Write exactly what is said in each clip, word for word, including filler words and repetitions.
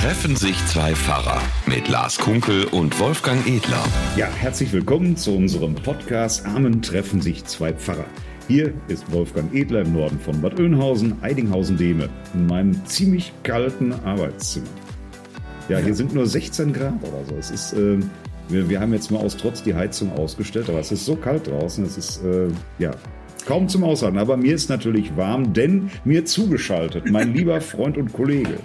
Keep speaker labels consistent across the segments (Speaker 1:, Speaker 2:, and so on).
Speaker 1: Treffen sich zwei Pfarrer mit Lars Kunkel und Wolfgang Edler.
Speaker 2: Ja, herzlich willkommen zu unserem Podcast Amen treffen sich zwei Pfarrer. Hier ist Wolfgang Edler im Norden von Bad Oeynhausen, Eidinghausen-Dehme, in meinem ziemlich kalten Arbeitszimmer. Ja, hier sind nur sechzehn Grad oder so. Es ist, äh, wir, wir haben jetzt mal aus Trotz die Heizung ausgestellt, aber es ist so kalt draußen, es ist, äh, ja, kaum zum Aushalten. Aber mir ist natürlich warm, denn mir zugeschaltet, mein lieber Freund und Kollege.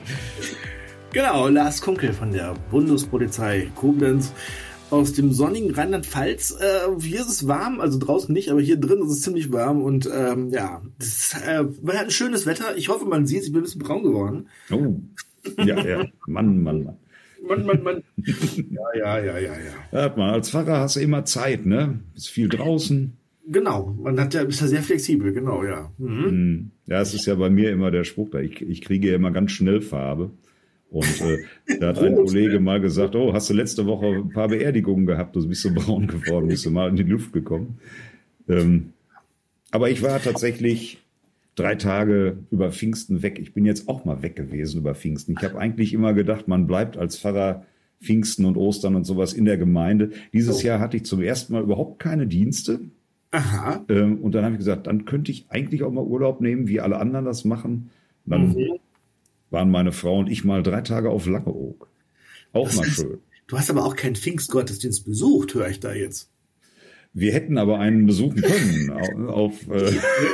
Speaker 3: Genau, Lars Kunkel von der Bundespolizei Koblenz aus dem sonnigen Rheinland-Pfalz. Äh, hier ist es warm, also draußen nicht, aber hier drin ist es ziemlich warm und ähm, ja, das äh, war ein schönes Wetter. Ich hoffe, man sieht es, ich bin ein bisschen braun geworden.
Speaker 2: Oh, ja, ja, Mann, Mann, Mann.
Speaker 3: Mann, Mann, Mann. Ja, ja, ja, ja, ja.
Speaker 2: Hört mal, als Pfarrer hast du immer Zeit, ne? Ist viel draußen.
Speaker 3: Genau, man hat ja, ist ja sehr flexibel, genau, ja. Mhm.
Speaker 2: Ja, es ist ja bei mir immer der Spruch da, ich, ich kriege ja immer ganz schnell Farbe. Und äh, da hat ein Kollege mal gesagt, oh, hast du letzte Woche ein paar Beerdigungen gehabt, du bist so braun geworden, bist du mal in die Luft gekommen. Ähm, aber ich war tatsächlich drei Tage über Pfingsten weg. Ich bin jetzt auch mal weg gewesen über Pfingsten. Ich habe eigentlich immer gedacht, man bleibt als Pfarrer Pfingsten und Ostern und sowas in der Gemeinde. Dieses oh. Jahr hatte ich zum ersten Mal überhaupt keine Dienste.
Speaker 3: Aha.
Speaker 2: Ähm, und dann habe ich gesagt, dann könnte ich eigentlich auch mal Urlaub nehmen, wie alle anderen das machen. Und dann mhm. waren meine Frau und ich mal drei Tage auf Langeoog. Auch das mal heißt, schön.
Speaker 3: Du hast aber auch keinen Pfingstgottesdienst besucht, höre ich da jetzt.
Speaker 2: Wir hätten aber einen besuchen können auf, äh,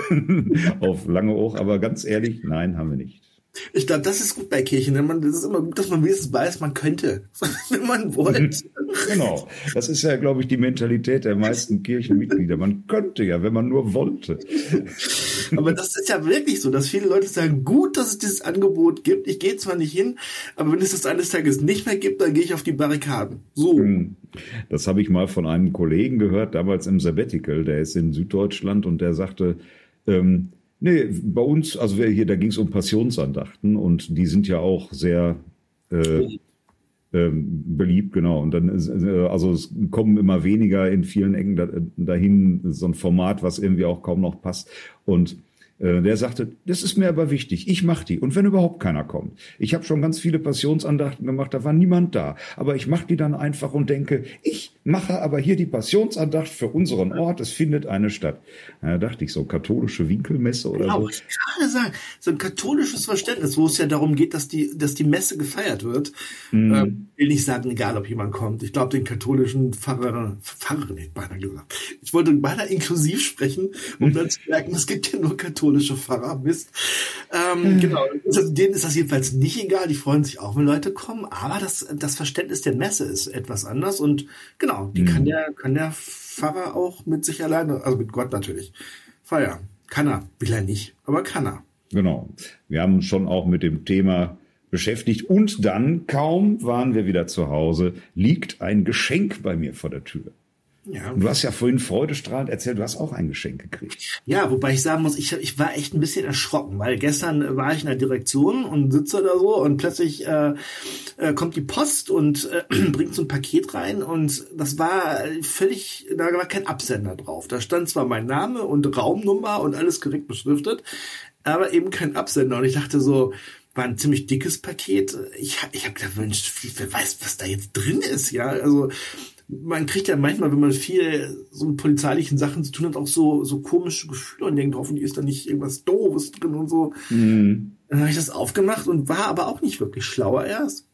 Speaker 2: auf Langeoog, aber ganz ehrlich, nein, haben wir nicht.
Speaker 3: Ich glaube, das ist gut bei Kirchen. Man, das ist immer gut, dass man wenigstens weiß, man könnte, wenn man wollte.
Speaker 2: Genau. Das ist ja, glaube ich, die Mentalität der meisten Kirchenmitglieder. Man könnte ja, wenn man nur wollte.
Speaker 3: Aber das ist ja wirklich so, dass viele Leute sagen, gut, dass es dieses Angebot gibt. Ich gehe zwar nicht hin, aber wenn es das eines Tages nicht mehr gibt, dann gehe ich auf die Barrikaden. So.
Speaker 2: Das habe ich mal von einem Kollegen gehört, damals im Sabbatical. Der ist in Süddeutschland und der sagte, ähm, nee, bei uns, also hier, da ging es um Passionsandachten und die sind ja auch sehr äh, äh, beliebt, genau. Und dann, äh, also es kommen immer weniger in vielen Ecken da, dahin, so ein Format, was irgendwie auch kaum noch passt. Und äh, der sagte, das ist mir aber wichtig, ich mache die. Und wenn überhaupt keiner kommt. Ich habe schon ganz viele Passionsandachten gemacht, da war niemand da. Aber ich mache die dann einfach und denke, ich mache aber hier die Passionsandacht für unseren Ort, es findet eine statt. Da dachte ich, so katholische Winkelmesse oder
Speaker 3: genau,
Speaker 2: so.
Speaker 3: Ich gerade sagen, so ein katholisches Verständnis, wo es ja darum geht, dass die, dass die Messe gefeiert wird. Mhm. Ähm, will nicht sagen, egal ob jemand kommt. Ich glaube, den katholischen Pfarrer, Pfarrerin hätte beinahe gesagt. Ich wollte beinahe inklusiv sprechen, um mhm. dann zu merken, es gibt ja nur katholische Pfarrer. Mist. Ähm, mhm. Genau. Also, denen ist das jedenfalls nicht egal. Die freuen sich auch, wenn Leute kommen. Aber das, das Verständnis der Messe ist etwas anders und genau. Die mhm. kann der, kann der Pfarrer auch mit sich alleine, also mit Gott natürlich, feiern. Kann er, will er nicht, aber kann er.
Speaker 2: Genau. Wir haben uns schon auch mit dem Thema beschäftigt und dann, kaum waren wir wieder zu Hause, liegt ein Geschenk bei mir vor der Tür. Ja. Und du hast ja vorhin freudestrahlend erzählt, du hast auch ein Geschenk gekriegt.
Speaker 3: Ja, wobei ich sagen muss, ich, ich war echt ein bisschen erschrocken, weil gestern war ich in der Direktion und sitze da so und plötzlich äh, äh, kommt die Post und äh, bringt so ein Paket rein und das war völlig, da war kein Absender drauf. Da stand zwar mein Name und Raumnummer und alles korrekt beschriftet, aber eben kein Absender. Und ich dachte so, war ein ziemlich dickes Paket. Ich, ich habe gedacht, Mensch, wer weiß, was da jetzt drin ist, ja, also man kriegt ja manchmal, wenn man viel so mit polizeilichen Sachen zu tun hat, auch so so komische Gefühle und denkt, hoffentlich ist da nicht irgendwas Doofes drin und so. Mhm. Dann habe ich das aufgemacht und war aber auch nicht wirklich schlauer erst.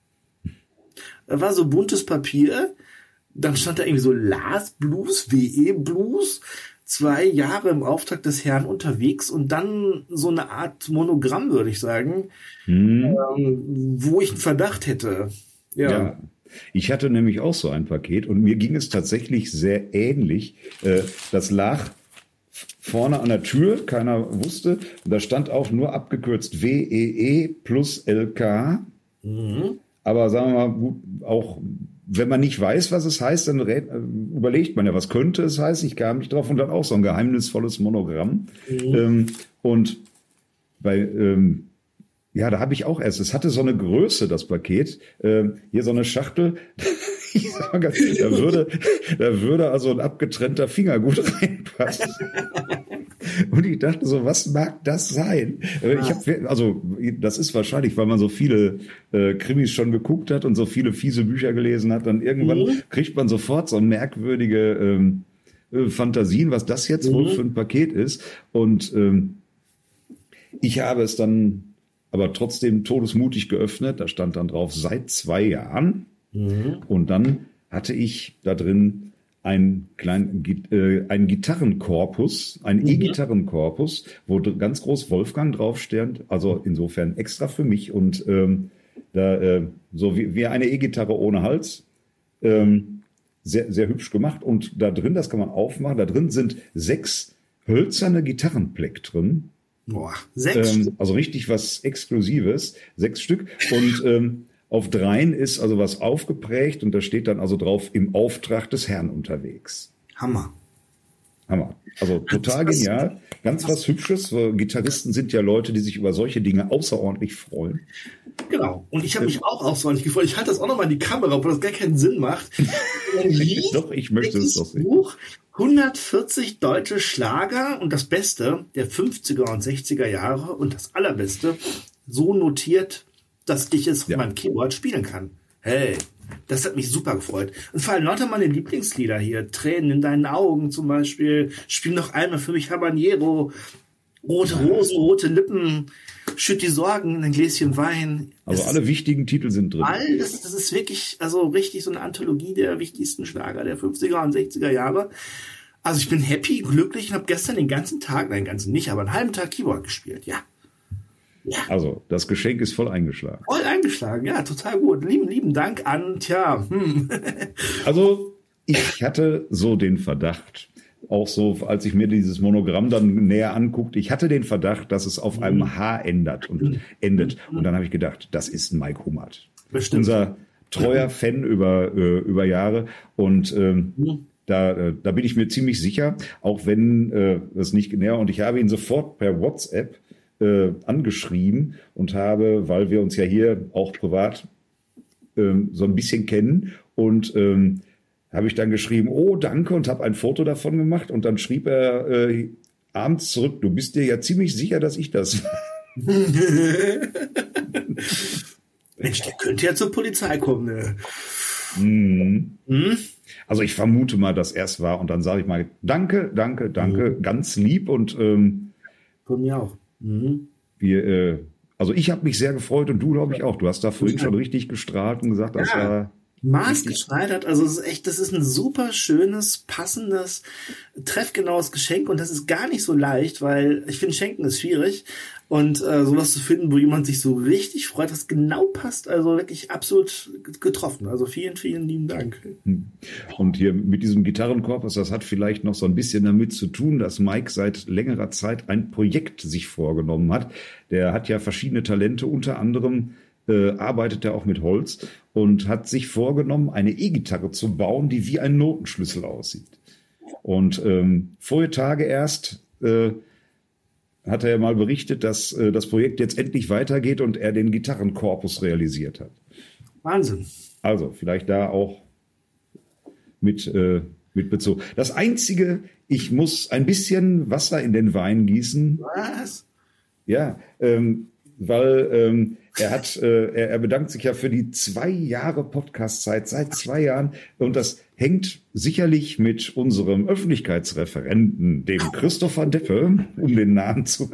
Speaker 3: Da war so buntes Papier, dann stand da irgendwie so Lars Blues, W E Blues, zwei Jahre im Auftrag des Herrn unterwegs und dann so eine Art Monogramm, würde ich sagen, mhm. ähm, wo ich einen Verdacht hätte. Ja. ja.
Speaker 2: Ich hatte nämlich auch so ein Paket und mir ging es tatsächlich sehr ähnlich. Das lag vorne an der Tür, keiner wusste. Und da stand auch nur abgekürzt W E E plus L K. Mhm. Aber sagen wir mal, auch wenn man nicht weiß, was es heißt, dann rät, überlegt man ja, was könnte es heißen. Ich kam nicht drauf und dann auch so ein geheimnisvolles Monogramm. Mhm. Und bei... Ja, da habe ich auch erst, es hatte so eine Größe, das Paket, äh, hier so eine Schachtel, ich sag mal, da würde, da würde also ein abgetrennter Finger gut reinpassen. Und ich dachte so, was mag das sein? Ja. Ich hab, also das ist wahrscheinlich, weil man so viele äh, Krimis schon geguckt hat und so viele fiese Bücher gelesen hat, dann irgendwann mhm. kriegt man sofort so merkwürdige ähm, äh, Fantasien, was das jetzt mhm. wohl für ein Paket ist. Und ähm, ich habe es dann aber trotzdem todesmutig geöffnet. Da stand dann drauf, seit zwei Jahren. Mhm. Und dann hatte ich da drin einen kleinen äh, einen Gitarrenkorpus, einen mhm. E-Gitarrenkorpus, wo ganz groß Wolfgang drauf stand. Also insofern extra für mich. Und ähm, da äh, so wie, wie eine E-Gitarre ohne Hals. Ähm, sehr, sehr hübsch gemacht. Und da drin, das kann man aufmachen, da drin sind sechs hölzerne Gitarrenplektren.
Speaker 3: Boah, sechs
Speaker 2: ähm, also richtig was Exklusives, sechs Stück. Und ähm, auf dreien ist also was aufgeprägt und da steht dann also drauf, im Auftrag des Herrn unterwegs.
Speaker 3: Hammer.
Speaker 2: Hammer. Also total genial. Ganz was Hübsches. Gitarristen sind ja Leute, die sich über solche Dinge außerordentlich freuen.
Speaker 3: Genau. Und ich habe mich auch außerordentlich gefreut. Ich halte das auch nochmal in die Kamera, obwohl das gar keinen Sinn macht.
Speaker 2: Doch, ich möchte es doch sehen.
Speaker 3: Buch, hundertvierzig deutsche Schlager und das Beste der fünfziger und sechziger Jahre und das Allerbeste so notiert, dass ich es auf ja. meinem Keyboard spielen kann. Hey, das hat mich super gefreut. Und vor allem lauter meine Lieblingslieder hier. Tränen in deinen Augen zum Beispiel. Spiel noch einmal für mich Habanero. Rote Rosen, rote Lippen. Schütt die Sorgen in ein Gläschen Wein.
Speaker 2: Also
Speaker 3: das
Speaker 2: alle wichtigen Titel sind drin.
Speaker 3: All das, das ist wirklich, also richtig so eine Anthologie der wichtigsten Schlager der fünfziger und sechziger Jahre. Also ich bin happy, glücklich und habe gestern den ganzen Tag, nein, den ganzen nicht, aber einen halben Tag Keyboard gespielt, ja. Ja.
Speaker 2: Also, das Geschenk ist voll eingeschlagen.
Speaker 3: Voll eingeschlagen, ja, total gut. Lieben, lieben Dank an, tja. Hm.
Speaker 2: Also, ich hatte so den Verdacht, auch so, als ich mir dieses Monogramm dann näher anguckte, ich hatte den Verdacht, dass es auf einem H ändert und endet. Und dann habe ich gedacht, das ist Mike Hummert.
Speaker 3: Bestimmt.
Speaker 2: Unser treuer Fan über, äh, über Jahre. Und ähm, mhm. da, äh, da bin ich mir ziemlich sicher, auch wenn äh, das nicht näher. Und ich habe ihn sofort per WhatsApp Äh, angeschrieben und habe, weil wir uns ja hier auch privat ähm, so ein bisschen kennen und ähm, habe ich dann geschrieben, oh danke und habe ein Foto davon gemacht und dann schrieb er äh, abends zurück, du bist dir ja ziemlich sicher, dass ich das war.
Speaker 3: Mensch, der könnte ja zur Polizei kommen. Ne?
Speaker 2: Mhm.
Speaker 3: Mhm.
Speaker 2: Also ich vermute mal, dass er es war und dann sage ich mal, danke, danke, danke, mhm. ganz lieb und ähm,
Speaker 3: von mir auch. Mhm.
Speaker 2: Wir, äh, also ich habe mich sehr gefreut und du, glaube ich, auch. Du hast da vorhin schon richtig gestrahlt und gesagt, das
Speaker 3: ja.
Speaker 2: war
Speaker 3: maßgeschneidert. Also es ist echt, das ist ein super schönes, passendes, treffgenaues Geschenk und das ist gar nicht so leicht, weil ich finde, Schenken ist schwierig und äh, sowas zu finden, wo jemand sich so richtig freut, was genau passt, also wirklich absolut getroffen. Also vielen, vielen lieben Dank.
Speaker 2: Und hier mit diesem Gitarrenkorpus, das hat vielleicht noch so ein bisschen damit zu tun, dass Mike seit längerer Zeit ein Projekt sich vorgenommen hat. Der hat ja verschiedene Talente, unter anderem Äh, arbeitet er auch mit Holz und hat sich vorgenommen, eine E-Gitarre zu bauen, die wie ein Notenschlüssel aussieht. Und ähm, vorige Tage erst äh, hat er mal berichtet, dass äh, das Projekt jetzt endlich weitergeht und er den Gitarrenkorpus realisiert hat.
Speaker 3: Wahnsinn.
Speaker 2: Also vielleicht da auch mit, äh, mit Bezug. Das Einzige, ich muss ein bisschen Wasser in den Wein gießen.
Speaker 3: Was?
Speaker 2: Ja, ähm, weil ähm, er hat, äh, er, er bedankt sich ja für die zwei Jahre Podcast-Zeit, seit zwei Jahren. Und das hängt sicherlich mit unserem Öffentlichkeitsreferenten, dem Christopher Deppe, um den Namen zu,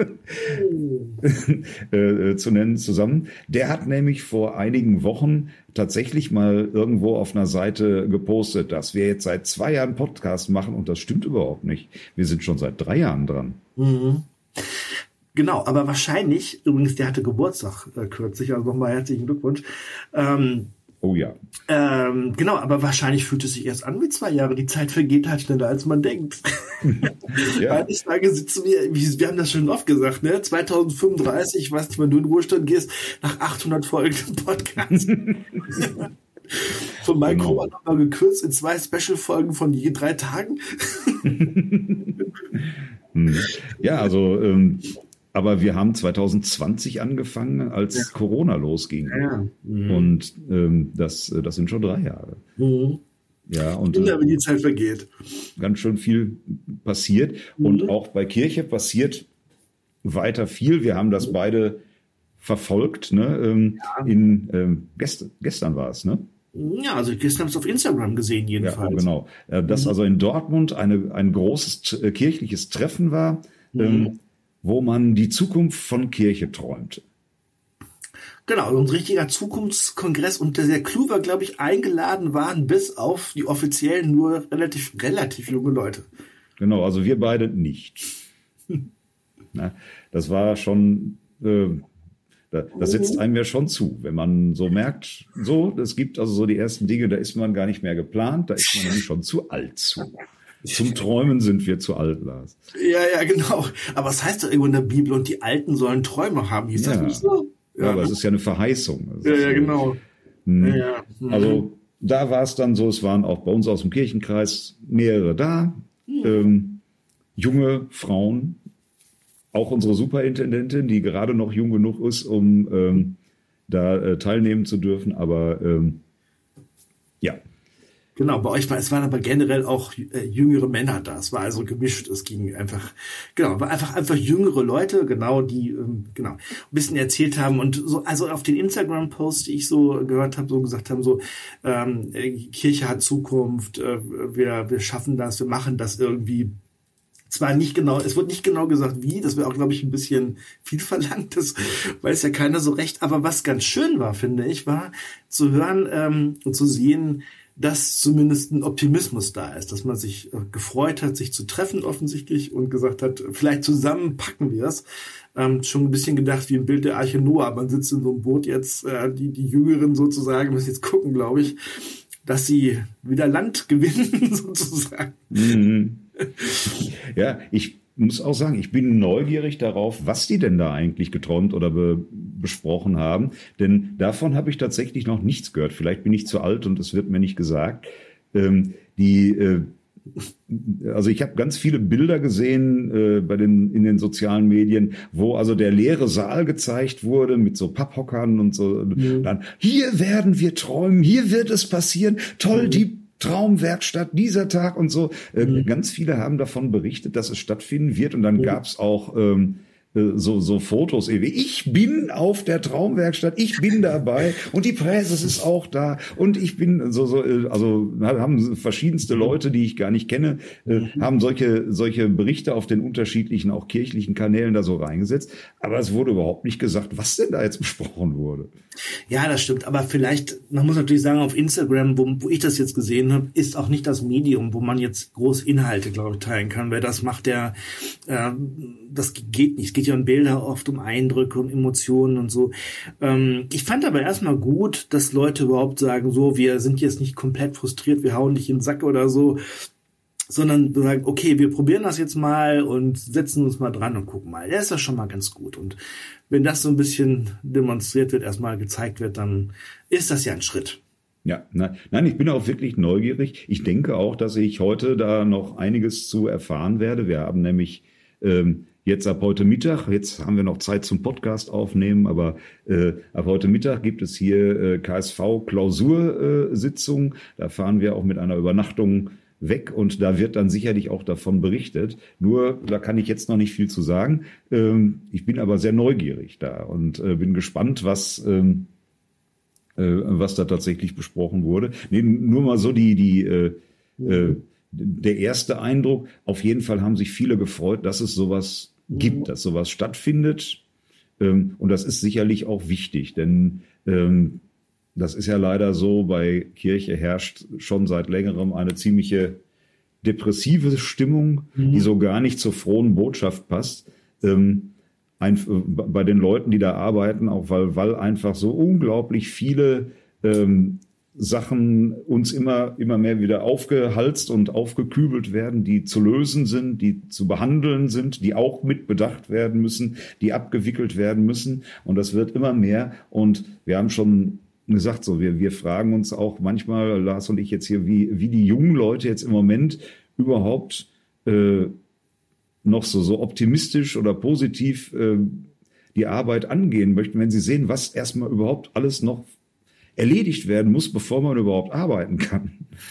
Speaker 2: äh, zu nennen, zusammen. Der hat nämlich vor einigen Wochen tatsächlich mal irgendwo auf einer Seite gepostet, dass wir jetzt seit zwei Jahren Podcast machen. Und das stimmt überhaupt nicht. Wir sind schon seit drei Jahren dran.
Speaker 3: Mhm. Genau, aber wahrscheinlich, übrigens, der hatte Geburtstag äh, kürzlich, also nochmal herzlichen Glückwunsch. Ähm,
Speaker 2: oh ja.
Speaker 3: Ähm, genau, aber wahrscheinlich fühlt es sich erst an wie zwei Jahre. Die Zeit vergeht halt schneller, als man denkt. Ja. Eines Tages sitzen wir, wir haben das schon oft gesagt, ne? zwanzig fünfunddreißig, ich weiß nicht, wenn du in den Ruhestand gehst, nach achthundert Folgen Podcast. Von Mike Hummert genau. Nochmal gekürzt in zwei Special-Folgen von je drei Tagen.
Speaker 2: Ja, also ähm, aber wir haben zwanzig zwanzig angefangen, als ja. Corona losging.
Speaker 3: Ja. Mhm.
Speaker 2: Und ähm, das, das sind schon drei Jahre.
Speaker 3: Mhm.
Speaker 2: Ja, und
Speaker 3: Kinder, wie die Zeit vergeht.
Speaker 2: Ganz schön viel passiert. Mhm. Und auch bei Kirche passiert weiter viel. Wir haben das beide verfolgt. Ne? Ähm, ja. in, ähm, gest, gestern war es, ne?
Speaker 3: Ja, also gestern habe ich es auf Instagram gesehen jedenfalls.
Speaker 2: Ja, genau. Dass mhm. also in Dortmund eine, ein großes äh, kirchliches Treffen war, mhm. ähm, wo man die Zukunft von Kirche träumte.
Speaker 3: Genau, ein richtiger Zukunftskongress, und der Clou war, glaube ich, eingeladen waren bis auf die offiziellen nur relativ, relativ junge Leute.
Speaker 2: Genau, also wir beide nicht. Na, das war schon, äh, das setzt einem ja schon zu, wenn man so merkt, so, es gibt also so die ersten Dinge, da ist man gar nicht mehr geplant, da ist man nämlich schon zu alt zu. Zum Träumen sind wir zu alt, Lars.
Speaker 3: Ja, ja, genau. Aber es heißt doch irgendwo in der Bibel, und die Alten sollen Träume haben. Hieß
Speaker 2: ja.
Speaker 3: das nicht so?
Speaker 2: Ja, ja, aber es ist ja eine Verheißung. Das
Speaker 3: ja,
Speaker 2: ja,
Speaker 3: ja, genau.
Speaker 2: Mh,
Speaker 3: ja, ja. Mhm.
Speaker 2: Also da war es dann so, es waren auch bei uns aus dem Kirchenkreis mehrere da, mhm. ähm, junge Frauen, auch unsere Superintendentin, die gerade noch jung genug ist, um ähm, da äh, teilnehmen zu dürfen, aber ähm, ja.
Speaker 3: Genau, bei euch war es waren aber generell auch äh, jüngere Männer da. Es war also gemischt. Es ging einfach, genau, war einfach einfach jüngere Leute, genau, die ähm, genau ein bisschen erzählt haben, und so, also auf den Instagram-Posts, die ich so gehört habe, so gesagt haben, so ähm, Kirche hat Zukunft, äh, wir wir schaffen das, wir machen das irgendwie. Zwar nicht genau, es wird nicht genau gesagt, wie, das wäre auch, glaube ich, ein bisschen viel verlangt, das weiß ja keiner so recht, aber was ganz schön war, finde ich, war zu hören ähm, und zu sehen, dass zumindest ein Optimismus da ist, dass man sich äh, gefreut hat, sich zu treffen offensichtlich, und gesagt hat, vielleicht zusammen packen wir es. Ähm, schon ein bisschen gedacht wie ein Bild der Arche Noah, man sitzt in so einem Boot jetzt, äh, die, die Jüngeren sozusagen, müssen jetzt gucken, glaube ich, dass sie wieder Land gewinnen sozusagen.
Speaker 2: Mhm. Ja, ich muss auch sagen, ich bin neugierig darauf, was die denn da eigentlich geträumt oder be- besprochen haben. Denn davon habe ich tatsächlich noch nichts gehört. Vielleicht bin ich zu alt und es wird mir nicht gesagt. Ähm, die, äh, also ich habe ganz viele Bilder gesehen äh, bei den in den sozialen Medien, wo also der leere Saal gezeigt wurde mit so Papphockern und so. Mhm. Dann, hier werden wir träumen, hier wird es passieren. Toll, mhm. die Traumwerkstatt, dieser Tag und so. Äh, mhm. Ganz viele haben davon berichtet, dass es stattfinden wird. Und dann mhm. gab es auch ähm, so, so Fotos. Ich bin auf der Traumwerkstatt, ich bin dabei, und die Präses ist auch da, und ich bin so, so, also haben verschiedenste Leute, die ich gar nicht kenne, mhm. haben solche, solche Berichte auf den unterschiedlichen, auch kirchlichen Kanälen da so reingesetzt. Aber es wurde überhaupt nicht gesagt, was denn da jetzt besprochen wurde.
Speaker 3: Ja, das stimmt. Aber vielleicht, man muss natürlich sagen, auf Instagram, wo, wo ich das jetzt gesehen habe, ist auch nicht das Medium, wo man jetzt groß Inhalte, glaube ich, teilen kann. Wer das macht, der, äh, das geht nicht. Es geht ja um Bilder, oft um Eindrücke, um Emotionen und so. Ähm, ich fand aber erstmal gut, dass Leute überhaupt sagen, so, wir sind jetzt nicht komplett frustriert, wir hauen dich in den Sack oder so, sondern sagen, okay, wir probieren das jetzt mal und setzen uns mal dran und gucken mal. Ja, ist das schon mal ganz gut. Und wenn das so ein bisschen demonstriert wird, erstmal gezeigt wird, dann ist das ja ein Schritt.
Speaker 2: Ja, nein, nein, ich bin auch wirklich neugierig. Ich denke auch, dass ich heute da noch einiges zu erfahren werde. Wir haben nämlich ähm, jetzt ab heute Mittag, jetzt haben wir noch Zeit zum Podcast aufnehmen, aber äh, ab heute Mittag gibt es hier äh, K S V-Klausursitzung. Da fahren wir auch mit einer Übernachtung weg, und da wird dann sicherlich auch davon berichtet. Nur, da kann ich jetzt noch nicht viel zu sagen. Ähm, ich bin aber sehr neugierig da und äh, bin gespannt, was ähm, äh, was da tatsächlich besprochen wurde. Nee, nur mal so die die äh, äh, der erste Eindruck. Auf jeden Fall haben sich viele gefreut, dass es sowas gibt, dass sowas stattfindet. Ähm, und das ist sicherlich auch wichtig, denn ähm, das ist ja leider so, bei Kirche herrscht schon seit längerem eine ziemliche depressive Stimmung, mhm. die so gar nicht zur frohen Botschaft passt. Ähm, ein, bei den Leuten, die da arbeiten, auch weil, weil einfach so unglaublich viele ähm, Sachen uns immer, immer mehr wieder aufgehalst und aufgekübelt werden, die zu lösen sind, die zu behandeln sind, die auch mit bedacht werden müssen, die abgewickelt werden müssen. Und das wird immer mehr. Und wir haben schon gesagt, so, wir, wir fragen uns auch manchmal, Lars und ich jetzt hier, wie, wie die jungen Leute jetzt im Moment überhaupt äh, noch so, so optimistisch oder positiv äh, die Arbeit angehen möchten, wenn sie sehen, was erstmal überhaupt alles noch erledigt werden muss, bevor man überhaupt arbeiten kann.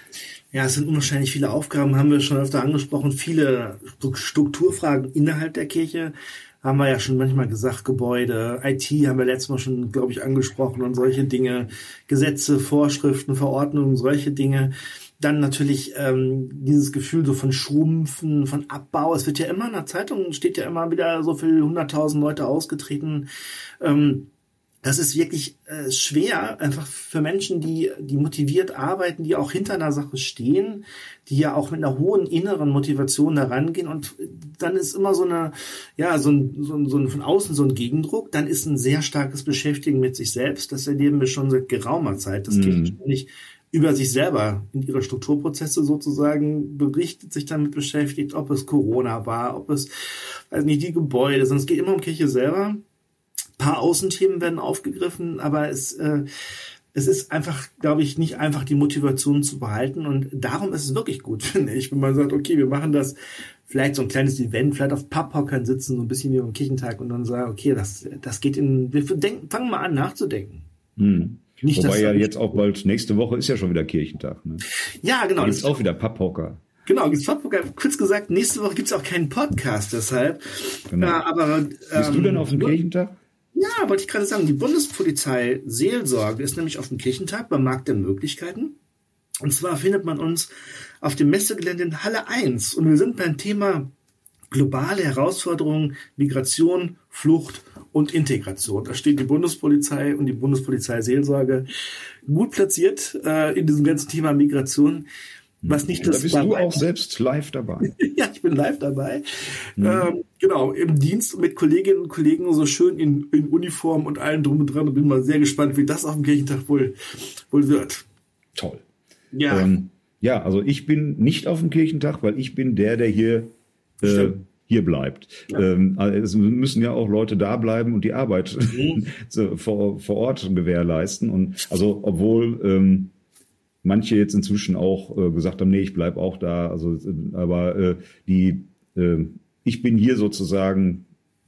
Speaker 3: Ja, es sind unwahrscheinlich viele Aufgaben, haben wir schon öfter angesprochen, viele Strukturfragen innerhalb der Kirche, haben wir ja schon manchmal gesagt, Gebäude, I T haben wir letztes Mal schon, glaube ich, angesprochen und solche Dinge, Gesetze, Vorschriften, Verordnungen, solche Dinge. Dann natürlich ähm, dieses Gefühl so von Schrumpfen, von Abbau. Es wird ja immer in der Zeitung, steht ja immer wieder so viel hunderttausend Leute ausgetreten. Ähm, Das ist wirklich äh, schwer, einfach für Menschen, die die motiviert arbeiten, die auch hinter einer Sache stehen, die ja auch mit einer hohen inneren Motivation da rangehen. Und dann ist immer so eine, ja, so ein, so ein, so ein von außen so ein Gegendruck. Dann ist ein sehr starkes Beschäftigen mit sich selbst. Das erleben wir schon seit geraumer Zeit. Das geht mhm. nicht über sich selber in ihre Strukturprozesse sozusagen berichtet, sich damit beschäftigt, ob es Corona war, ob es, also nicht die Gebäude, sondern es geht immer um Kirche selber. Paar Außenthemen werden aufgegriffen, aber es, äh, es ist einfach, glaube ich, nicht einfach die Motivation zu behalten und darum ist es wirklich gut, finde ich, wenn man sagt, okay, wir machen das, vielleicht so ein kleines Event, vielleicht auf Papphockern sitzen, so ein bisschen wie beim Kirchentag und dann sagen, okay, das, das geht in, wir denken, fangen mal an nachzudenken.
Speaker 2: Hm. Nicht, Wobei ja jetzt auch bald, nächste Woche ist ja schon wieder Kirchentag. Ne?
Speaker 3: Ja, genau.
Speaker 2: Da ist auch wieder Papphocker.
Speaker 3: Genau, gibt's Papphocker. Kurz gesagt, nächste Woche gibt's auch keinen Podcast, deshalb.
Speaker 2: Genau.
Speaker 3: Ja, aber, ähm,
Speaker 2: bist du denn auf dem Kirchentag?
Speaker 3: Ja, wollte ich gerade sagen, die Bundespolizei Seelsorge ist nämlich auf dem Kirchentag beim Markt der Möglichkeiten. Und zwar findet man uns auf dem Messegelände in Halle eins. Und wir sind beim Thema globale Herausforderungen, Migration, Flucht und Integration. Da steht die Bundespolizei und die Bundespolizei Seelsorge gut platziert äh, in diesem ganzen Thema Migration. Was nicht das
Speaker 2: da bist du auch selbst live dabei.
Speaker 3: Ja, ich bin live dabei. Mhm. Ähm, genau, im Dienst mit Kolleginnen und Kollegen, so schön in, in Uniform und allem drum und dran. Und bin mal sehr gespannt, wie das auf dem Kirchentag wohl, wohl wird.
Speaker 2: Toll.
Speaker 3: Ja.
Speaker 2: Ähm, ja, also ich bin nicht auf dem Kirchentag, weil ich bin der, der hier, äh, hier bleibt. Ja. Ähm, also es müssen ja auch Leute da bleiben und die Arbeit mhm. so, vor, vor Ort gewährleisten. Und also, obwohl... Ähm, manche jetzt inzwischen auch äh, gesagt haben, nee, ich bleib auch da. Also, aber äh, die, äh, ich bin hier sozusagen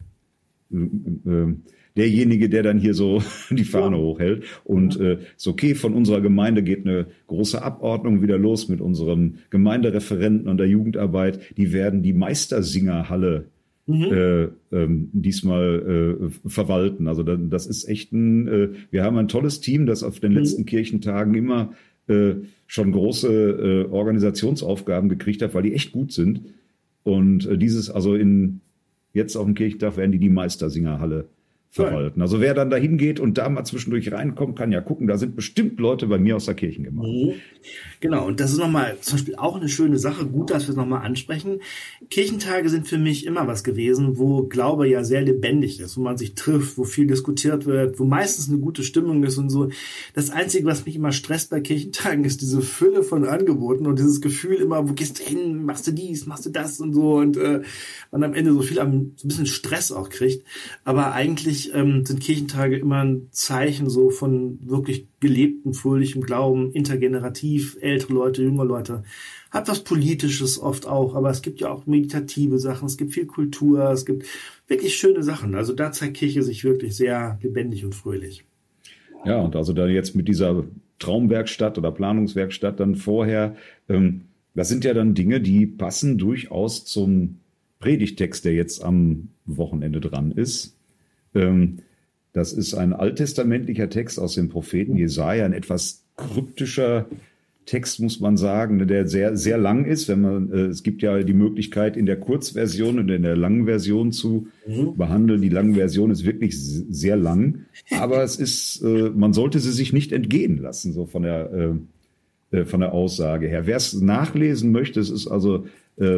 Speaker 2: äh, äh, derjenige, der dann hier so die Fahne hochhält. Und äh, ist okay, von unserer Gemeinde geht eine große Abordnung wieder los mit unserem Gemeindereferenten und der Jugendarbeit. Die werden die Meistersingerhalle Mhm. Äh, ähm, diesmal äh, verwalten. Also das ist echt ein, äh, wir haben ein tolles Team, das auf den mhm. letzten Kirchentagen immer äh, schon große äh, Organisationsaufgaben gekriegt hat, weil die echt gut sind. Und äh, dieses, also in jetzt auf dem Kirchentag werden die die Meistersingerhalle verwalten. Also wer dann da hingeht und da mal zwischendurch reinkommt, kann ja gucken, da sind bestimmt Leute bei mir aus der Kirchengemeinde.
Speaker 3: Mhm. Genau, und das ist nochmal zum Beispiel auch eine schöne Sache, gut, dass wir es nochmal ansprechen. Kirchentage sind für mich immer was gewesen, wo Glaube ja sehr lebendig ist, wo man sich trifft, wo viel diskutiert wird, wo meistens eine gute Stimmung ist und so. Das Einzige, was mich immer stresst bei Kirchentagen, ist diese Fülle von Angeboten und dieses Gefühl immer, wo gehst du hin, machst du dies, machst du das und so und äh, man am Ende so viel am, so ein bisschen Stress auch kriegt. Aber eigentlich ähm, sind Kirchentage immer ein Zeichen so von wirklich gelebtem, fröhlichem Glauben, intergenerativ, ältere Leute, junge Leute. Hat was Politisches oft auch, aber es gibt ja auch meditative Sachen, es gibt viel Kultur, es gibt wirklich schöne Sachen. Also da zeigt Kirche sich wirklich sehr lebendig und fröhlich.
Speaker 2: Ja, und also da jetzt mit dieser Traumwerkstatt oder Planungswerkstatt dann vorher, ähm, das sind ja dann Dinge, die passen durchaus zum Predigtext, der jetzt am Wochenende dran ist. Ähm, das ist ein alttestamentlicher Text aus dem Propheten Jesaja, ein etwas kryptischer Text, muss man sagen, der sehr, sehr lang ist. Wenn man, äh, es gibt ja die Möglichkeit, in der Kurzversion und in der langen Version zu mhm. behandeln. Die lange Version ist wirklich sehr lang, aber es ist, äh, man sollte sie sich nicht entgehen lassen, so von der, äh, von der Aussage her. Wer es nachlesen möchte, es ist also äh,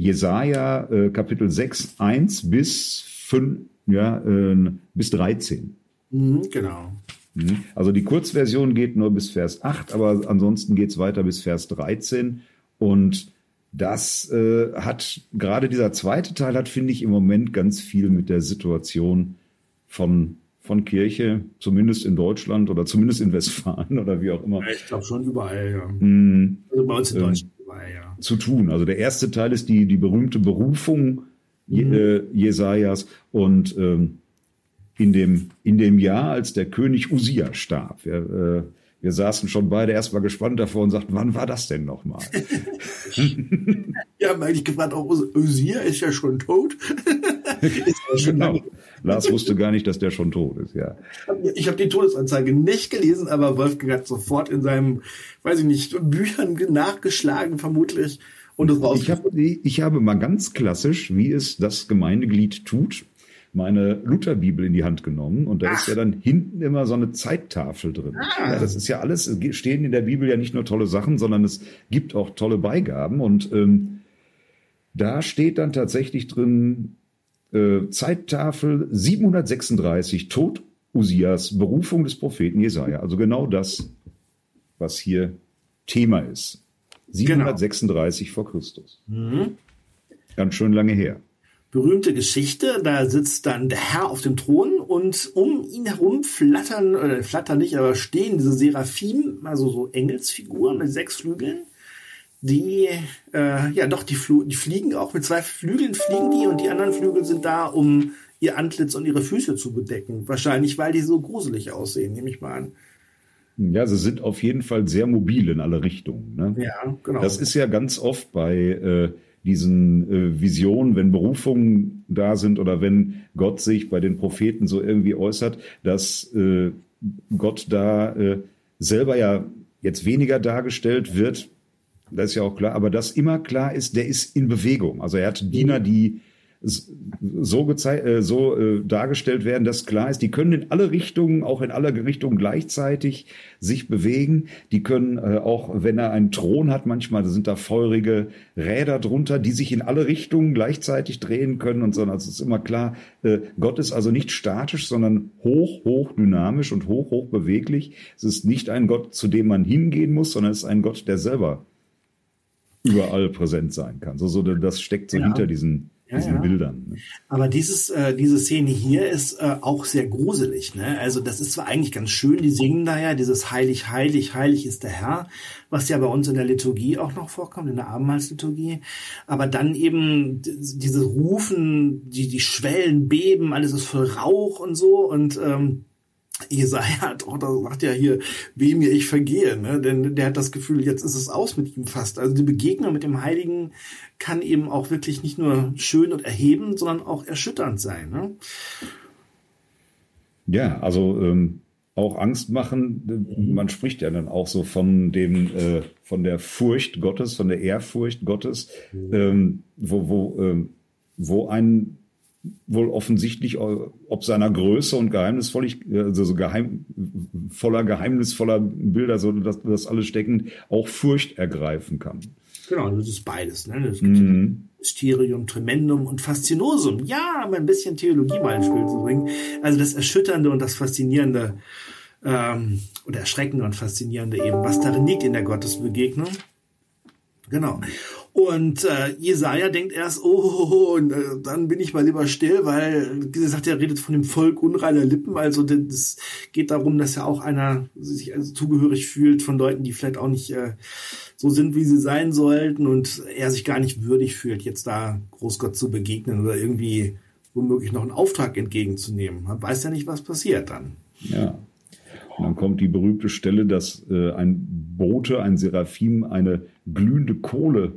Speaker 2: Jesaja äh, Kapitel sechs, eins bis fünf, ja, äh, bis dreizehn.
Speaker 3: Mhm, genau.
Speaker 2: Also die Kurzversion geht nur bis Vers acht, aber ansonsten geht es weiter bis Vers dreizehn. Und das äh, hat, gerade dieser zweite Teil hat, finde ich, im Moment ganz viel mit der Situation von, von Kirche, zumindest in Deutschland oder zumindest in Westfalen oder wie auch immer.
Speaker 3: Ja, ich glaube schon überall, ja.
Speaker 2: Mm,
Speaker 3: also bei uns in Deutschland äh, überall, ja.
Speaker 2: Zu tun. Also der erste Teil ist die, die berühmte Berufung mhm. äh, Jesajas und ähm, In dem, in dem Jahr, als der König Usia starb. Wir, äh, wir saßen schon beide erstmal gespannt davor und sagten, wann war das denn nochmal?
Speaker 3: Wir haben eigentlich gefragt, auch Uziah ist ja schon tot.
Speaker 2: Ist ja schon genau. Lars wusste gar nicht, dass der schon tot ist, ja.
Speaker 3: Ich habe die Todesanzeige nicht gelesen, aber Wolfgang hat sofort in seinem, weiß ich nicht, Büchern nachgeschlagen, vermutlich. Und es
Speaker 2: ich, hab, ich habe mal ganz klassisch, wie es das Gemeindeglied tut, meine Lutherbibel in die Hand genommen und da Ach. ist ja dann hinten immer so eine Zeittafel drin. Ah. Ja, das ist ja alles, es stehen in der Bibel ja nicht nur tolle Sachen, sondern es gibt auch tolle Beigaben und ähm, da steht dann tatsächlich drin, äh, Zeittafel siebenhundertsechsunddreißig, Tod Uzias, Berufung des Propheten Jesaja. Also genau das, was hier Thema ist. siebenhundertsechsunddreißig genau. vor Christus. Mhm. Ganz schön lange her.
Speaker 3: Berühmte Geschichte, da sitzt dann der Herr auf dem Thron und um ihn herum flattern, oder flattern nicht, aber stehen diese Seraphim, also so Engelsfiguren mit sechs Flügeln, die, äh, ja doch, die, Fl- die fliegen auch, mit zwei Flügeln fliegen die und die anderen Flügel sind da, um ihr Antlitz und ihre Füße zu bedecken. Wahrscheinlich, weil die so gruselig aussehen, nehme ich mal an.
Speaker 2: Ja, sie sind auf jeden Fall sehr mobil in alle Richtungen. Ne?
Speaker 3: Ja, genau.
Speaker 2: Das ist ja ganz oft bei äh, diesen äh, Visionen, wenn Berufungen da sind oder wenn Gott sich bei den Propheten so irgendwie äußert, dass äh, Gott da äh, selber ja jetzt weniger dargestellt wird, das ist ja auch klar, aber dass immer klar ist, der ist in Bewegung. Also er hat Diener, die so, gezei- äh, so äh, dargestellt werden, dass klar ist, die können in alle Richtungen, auch in alle Richtungen gleichzeitig sich bewegen. Die können äh, auch, wenn er einen Thron hat, manchmal sind da feurige Räder drunter, die sich in alle Richtungen gleichzeitig drehen können und so. Also es ist immer klar, äh, Gott ist also nicht statisch, sondern hoch, hoch dynamisch und hoch, hoch beweglich. Es ist nicht ein Gott, zu dem man hingehen muss, sondern es ist ein Gott, der selber überall präsent sein kann. So, so das steckt so ja. hinter diesen
Speaker 3: Ja,
Speaker 2: diesen
Speaker 3: ja.
Speaker 2: Bildern. Ne?
Speaker 3: Aber dieses, äh, diese Szene hier ist äh, auch sehr gruselig. Ne? Also das ist zwar eigentlich ganz schön, die singen da ja dieses Heilig, Heilig, Heilig ist der Herr, was ja bei uns in der Liturgie auch noch vorkommt, in der Abendmahlsliturgie. Aber dann eben d- diese Rufen, die, die Schwellen beben, alles ist voll Rauch und so und ähm, Jesaja hat auch, das sagt ja hier, weh mir ich vergehe, ne? Denn der hat das Gefühl, jetzt ist es aus mit ihm fast. Also die Begegnung mit dem Heiligen kann eben auch wirklich nicht nur schön und erhebend, sondern auch erschütternd sein. Ne?
Speaker 2: Ja, also ähm, auch Angst machen. Man spricht ja dann auch so von dem, äh, von der Furcht Gottes, von der Ehrfurcht Gottes, ähm, wo, wo, ähm, wo ein wohl offensichtlich ob seiner Größe und geheimnisvoll, also so geheim, voller geheimnisvoller Bilder, so dass das alles steckend, auch Furcht ergreifen kann.
Speaker 3: Genau, das ist beides. Ne? Das gibt mm. Mysterium, Tremendum und Faszinosum. Ja, aber ein bisschen Theologie mal ins Spiel zu bringen. Also das Erschütternde und das Faszinierende ähm, oder Erschreckende und Faszinierende eben, was darin liegt in der Gottesbegegnung. Genau. Und äh, Jesaja denkt erst, oh, oh, oh und äh, dann bin ich mal lieber still, weil, wie gesagt, er redet von dem Volk unreiner Lippen. Also das geht darum, dass ja auch einer sich also zugehörig fühlt von Leuten, die vielleicht auch nicht äh, so sind, wie sie sein sollten und er sich gar nicht würdig fühlt, jetzt da Großgott zu begegnen oder irgendwie womöglich noch einen Auftrag entgegenzunehmen. Man weiß ja nicht, was passiert dann.
Speaker 2: Ja. Und dann kommt die berühmte Stelle, dass äh, ein Bote, ein Seraphim, eine glühende Kohle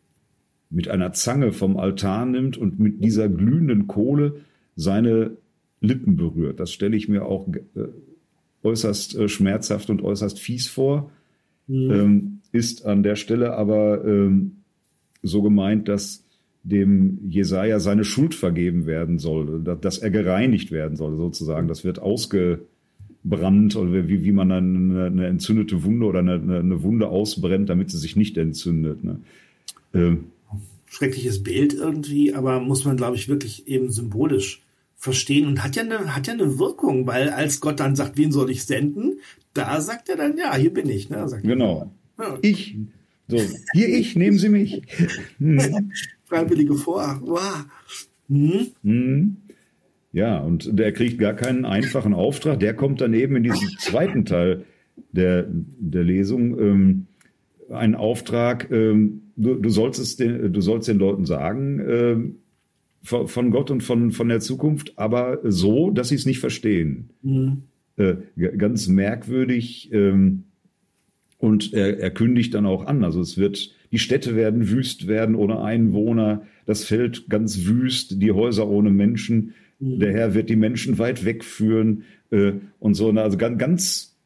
Speaker 2: mit einer Zange vom Altar nimmt und mit dieser glühenden Kohle seine Lippen berührt. Das stelle ich mir auch äh, äußerst äh, schmerzhaft und äußerst fies vor. Mhm. Ähm, ist an der Stelle aber ähm, so gemeint, dass dem Jesaja seine Schuld vergeben werden soll, dass er gereinigt werden soll, sozusagen. Das wird ausgebrannt, oder wie, wie man eine, eine entzündete Wunde oder eine, eine Wunde ausbrennt, damit sie sich nicht entzündet. Ne? Ähm,
Speaker 3: Schreckliches Bild irgendwie, aber muss man, glaube ich, wirklich eben symbolisch verstehen und hat ja eine, hat ja eine Wirkung, weil als Gott dann sagt, wen soll ich senden, da sagt er dann, ja, hier bin ich. Ne? Sagt
Speaker 2: genau. Ja. Ich. So, hier ich, nehmen Sie mich.
Speaker 3: Hm. Freiwillige vor. Wow. Hm.
Speaker 2: Hm. Ja, und der kriegt gar keinen einfachen Auftrag. Der kommt dann eben in diesem zweiten Teil der, der Lesung. Ähm, ein Auftrag, ähm, du, du, sollst es den, du sollst den Leuten sagen, ähm, von, von Gott und von, von der Zukunft, aber so, dass sie es nicht verstehen. Mhm. Äh, ganz merkwürdig, ähm, Und er, er kündigt dann auch an, also es wird, die Städte werden wüst werden ohne Einwohner, das Feld ganz wüst, die Häuser ohne Menschen, mhm. der Herr wird die Menschen weit wegführen äh, und so, also ganz, ganz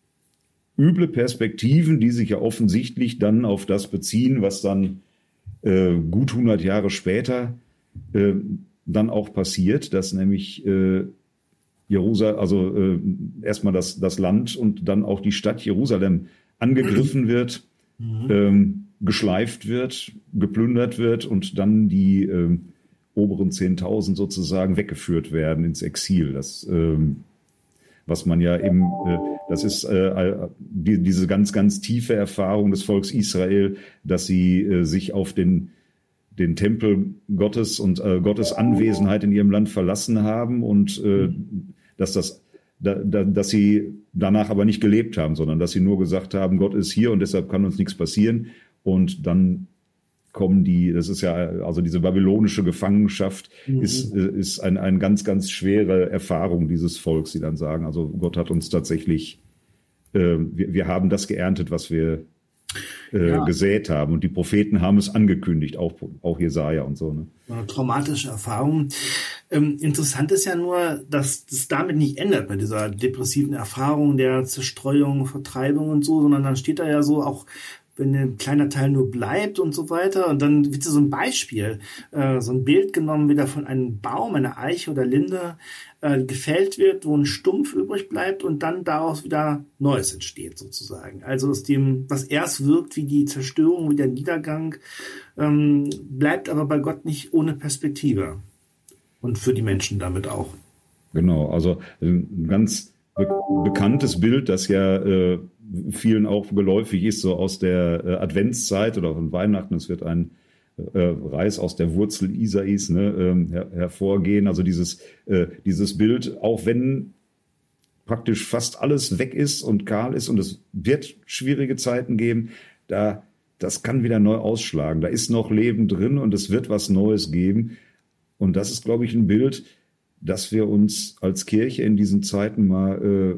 Speaker 2: üble Perspektiven, die sich ja offensichtlich dann auf das beziehen, was dann äh, gut hundert Jahre später äh, dann auch passiert, dass nämlich äh, Jerusalem, also äh, erstmal das, das Land und dann auch die Stadt Jerusalem angegriffen wird, mhm. ähm, geschleift wird, geplündert wird und dann die ähm, oberen zehntausend sozusagen weggeführt werden ins Exil. Das, ähm, was man ja eben, äh, das ist äh, die, diese ganz, ganz tiefe Erfahrung des Volks Israel, dass sie äh, sich auf den, den Tempel Gottes und äh, Gottes Anwesenheit in ihrem Land verlassen haben und äh, dass das Da, da, dass sie danach aber nicht gelebt haben, sondern dass sie nur gesagt haben, Gott ist hier und deshalb kann uns nichts passieren. Und dann kommen die, das ist ja, also diese babylonische Gefangenschaft mhm. ist, ist ein, eine ganz, ganz schwere Erfahrung dieses Volks, die dann sagen, also Gott hat uns tatsächlich, äh, wir, wir haben das geerntet, was wir äh, ja. gesät haben. Und die Propheten haben es angekündigt, auch, auch Jesaja und so. Ne?
Speaker 3: Eine traumatische Erfahrung. Ähm, interessant ist ja nur, dass das damit nicht endet bei dieser depressiven Erfahrung der Zerstreuung, Vertreibung und so, sondern dann steht da ja so auch, wenn ein kleiner Teil nur bleibt und so weiter. Und dann wird so ein Beispiel, äh, so ein Bild genommen, wieder von einem Baum, einer Eiche oder Linde, äh, gefällt wird, wo ein Stumpf übrig bleibt und dann daraus wieder Neues entsteht sozusagen. Also aus dem, was erst wirkt wie die Zerstörung, wie der Niedergang, ähm, bleibt aber bei Gott nicht ohne Perspektive. Und für die Menschen damit auch.
Speaker 2: Genau, also ein ganz be- bekanntes Bild, das ja äh, vielen auch geläufig ist, so aus der äh, Adventszeit oder von Weihnachten. Es wird ein äh, Reis aus der Wurzel Isais ne, äh, her- hervorgehen. Also dieses, äh, dieses Bild, auch wenn praktisch fast alles weg ist und kahl ist und es wird schwierige Zeiten geben, da das kann wieder neu ausschlagen. Da ist noch Leben drin und es wird was Neues geben. Und das ist, glaube ich, ein Bild, das wir uns als Kirche in diesen Zeiten mal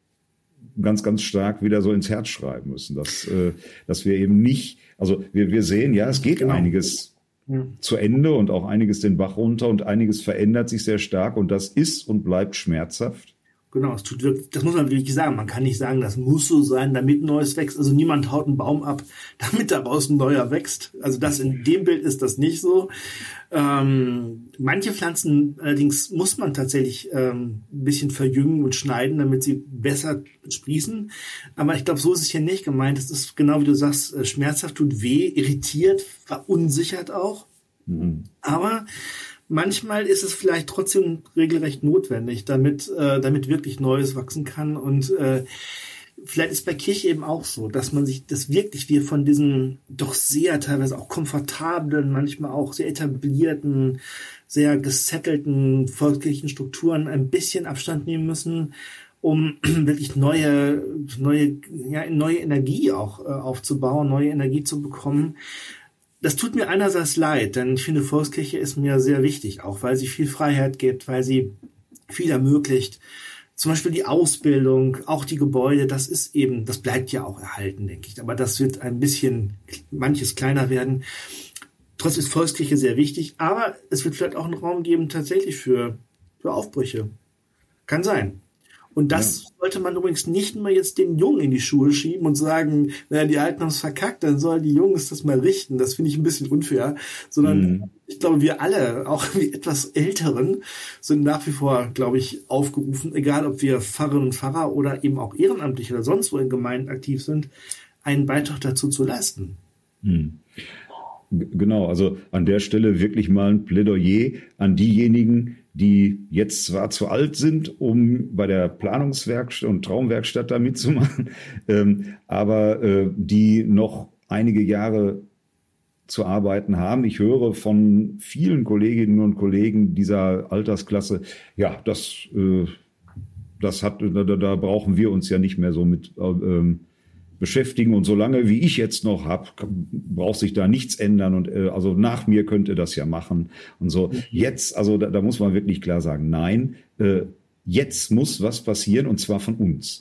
Speaker 2: äh, ganz, ganz stark wieder so ins Herz schreiben müssen. Dass, äh, dass wir eben nicht, also wir, wir sehen, ja, es geht genau. einiges ja. zu Ende und auch einiges den Bach runter und einiges verändert sich sehr stark und das ist und bleibt schmerzhaft.
Speaker 3: Genau, es tut wirklich, das muss man wirklich sagen. Man kann nicht sagen, das muss so sein, damit Neues wächst. Also niemand haut einen Baum ab, damit daraus ein neuer wächst. Also das in dem Bild ist das nicht so. Ähm, manche Pflanzen allerdings muss man tatsächlich ähm, ein bisschen verjüngen und schneiden, damit sie besser sprießen. Aber ich glaube, so ist es hier nicht gemeint. Es ist genau wie du sagst, äh, schmerzhaft, tut weh, irritiert, verunsichert auch. Mhm. Aber manchmal ist es vielleicht trotzdem regelrecht notwendig, damit äh, damit wirklich Neues wachsen kann. Und äh, vielleicht ist bei Kirche eben auch so, dass man sich das wirklich wir von diesen doch sehr teilweise auch komfortablen, manchmal auch sehr etablierten, sehr gesettelten volkskirchlichen Strukturen ein bisschen Abstand nehmen müssen, um wirklich neue neue ja neue Energie auch äh, aufzubauen, neue Energie zu bekommen. Das tut mir einerseits leid, denn ich finde, Volkskirche ist mir sehr wichtig, auch weil sie viel Freiheit gibt, weil sie viel ermöglicht. Zum Beispiel die Ausbildung, auch die Gebäude, das ist eben, das bleibt ja auch erhalten, denke ich. Aber das wird ein bisschen, manches kleiner werden. Trotzdem ist Volkskirche sehr wichtig, aber es wird vielleicht auch einen Raum geben tatsächlich für, für Aufbrüche. Kann sein. Und das ja. sollte man übrigens nicht nur jetzt den Jungen in die Schuhe schieben und sagen, naja, die Alten haben es verkackt, dann sollen die Jungs das mal richten. Das finde ich ein bisschen unfair. Sondern mhm. ich glaube, wir alle, auch die etwas Älteren, sind nach wie vor, glaube ich, aufgerufen, egal ob wir Pfarrerinnen und Pfarrer oder eben auch ehrenamtlich oder sonst wo in Gemeinden aktiv sind, einen Beitrag dazu zu leisten.
Speaker 2: Mhm. Genau, also an der Stelle wirklich mal ein Plädoyer an diejenigen, die jetzt zwar zu alt sind, um bei der Planungswerkstatt und Traumwerkstatt da mitzumachen, ähm, aber äh, die noch einige Jahre zu arbeiten haben. Ich höre von vielen Kolleginnen und Kollegen dieser Altersklasse, ja, das, äh, das hat, da, da brauchen wir uns ja nicht mehr so mit ähm, beschäftigen und solange wie ich jetzt noch habe, braucht sich da nichts ändern und äh, also nach mir könnt ihr das ja machen und so. Jetzt, also da, da muss man wirklich klar sagen, nein, äh, jetzt muss was passieren und zwar von uns.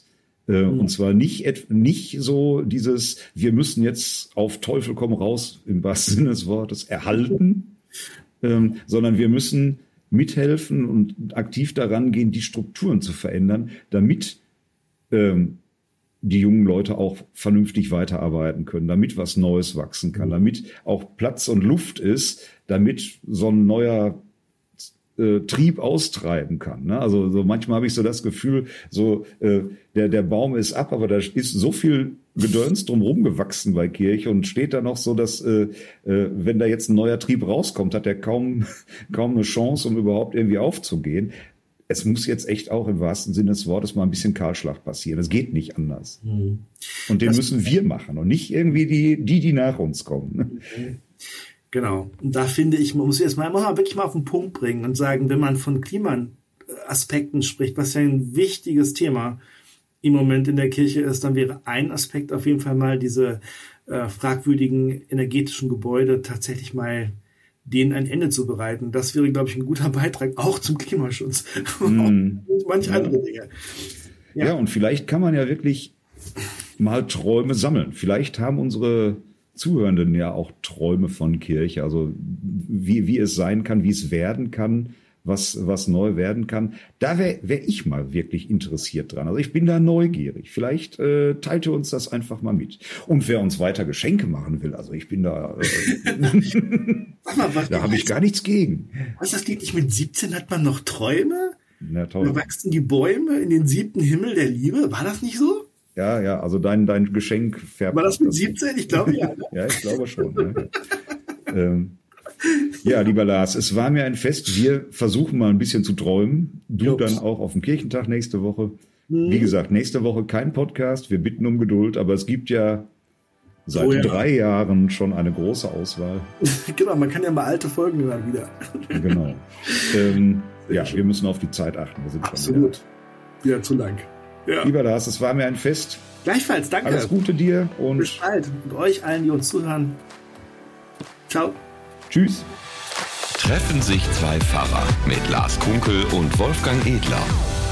Speaker 2: Äh, mhm. Und zwar nicht, nicht so dieses, wir müssen jetzt auf Teufel komm raus, im wahrsten Sinne des Wortes, erhalten, ähm, sondern wir müssen mithelfen und aktiv daran gehen, die Strukturen zu verändern, damit ähm, die jungen Leute auch vernünftig weiterarbeiten können, damit was Neues wachsen kann, damit auch Platz und Luft ist, damit so ein neuer äh, Trieb austreiben kann. Ne? Also so manchmal habe ich so das Gefühl, so äh, der der Baum ist ab, aber da ist so viel Gedöns drumherum gewachsen bei Kirche und steht da noch so, dass äh, äh, wenn da jetzt ein neuer Trieb rauskommt, hat der kaum kaum eine Chance, um überhaupt irgendwie aufzugehen. Es muss jetzt echt auch im wahrsten Sinne des Wortes mal ein bisschen Kahlschlag passieren. Es geht nicht anders. Mhm. Und den das müssen wir machen und nicht irgendwie die, die, die nach uns kommen.
Speaker 3: Genau. Und da finde ich, man muss jetzt mal, mal wirklich mal auf den Punkt bringen und sagen, wenn man von Klimaaspekten spricht, was ja ein wichtiges Thema im Moment in der Kirche ist, dann wäre ein Aspekt auf jeden Fall mal diese äh, fragwürdigen energetischen Gebäude tatsächlich mal denen ein Ende zu bereiten. Das wäre, glaube ich, ein guter Beitrag auch zum Klimaschutz. Mm. Und manche ja. andere Dinge.
Speaker 2: Ja. ja, und vielleicht kann man ja wirklich mal Träume sammeln. Vielleicht haben unsere Zuhörenden ja auch Träume von Kirche, also wie, wie es sein kann, wie es werden kann, was, was neu werden kann. Da wäre wär ich mal wirklich interessiert dran. Also ich bin da neugierig. Vielleicht äh, teilt ihr uns das einfach mal mit. Und wer uns weiter Geschenke machen will, also ich bin da, äh, da habe ich gar nichts gegen.
Speaker 3: Was das geht nicht mit siebzehn hat man noch Träume?
Speaker 2: Na toll.
Speaker 3: Da wachsen die Bäume in den siebten Himmel der Liebe. War das nicht so?
Speaker 2: Ja, ja, also dein, dein Geschenk färbt.
Speaker 3: War das mit siebzehn? Ich glaube ja.
Speaker 2: Ja, ich glaube schon. Ne? ähm, Ja, lieber Lars, es war mir ein Fest. Wir versuchen mal ein bisschen zu träumen. Du Jups. Dann auch auf dem Kirchentag nächste Woche. Mhm. Wie gesagt, nächste Woche kein Podcast. Wir bitten um Geduld, aber es gibt ja seit oh ja. drei Jahren schon eine große Auswahl.
Speaker 3: Genau, man kann ja mal alte Folgen hören wieder.
Speaker 2: Genau. ähm, ja, schön. Wir müssen auf die Zeit achten. Wir sind
Speaker 3: Absolut. Schon wieder. wieder zu lang. Ja.
Speaker 2: Lieber Lars, es war mir ein Fest.
Speaker 3: Gleichfalls, danke.
Speaker 2: Alles Gute dir und
Speaker 3: bis bald. Und euch allen, die uns zuhören. Ciao.
Speaker 2: Tschüss.
Speaker 1: Treffen sich zwei Pfarrer mit Lars Kunkel und Wolfgang Edler.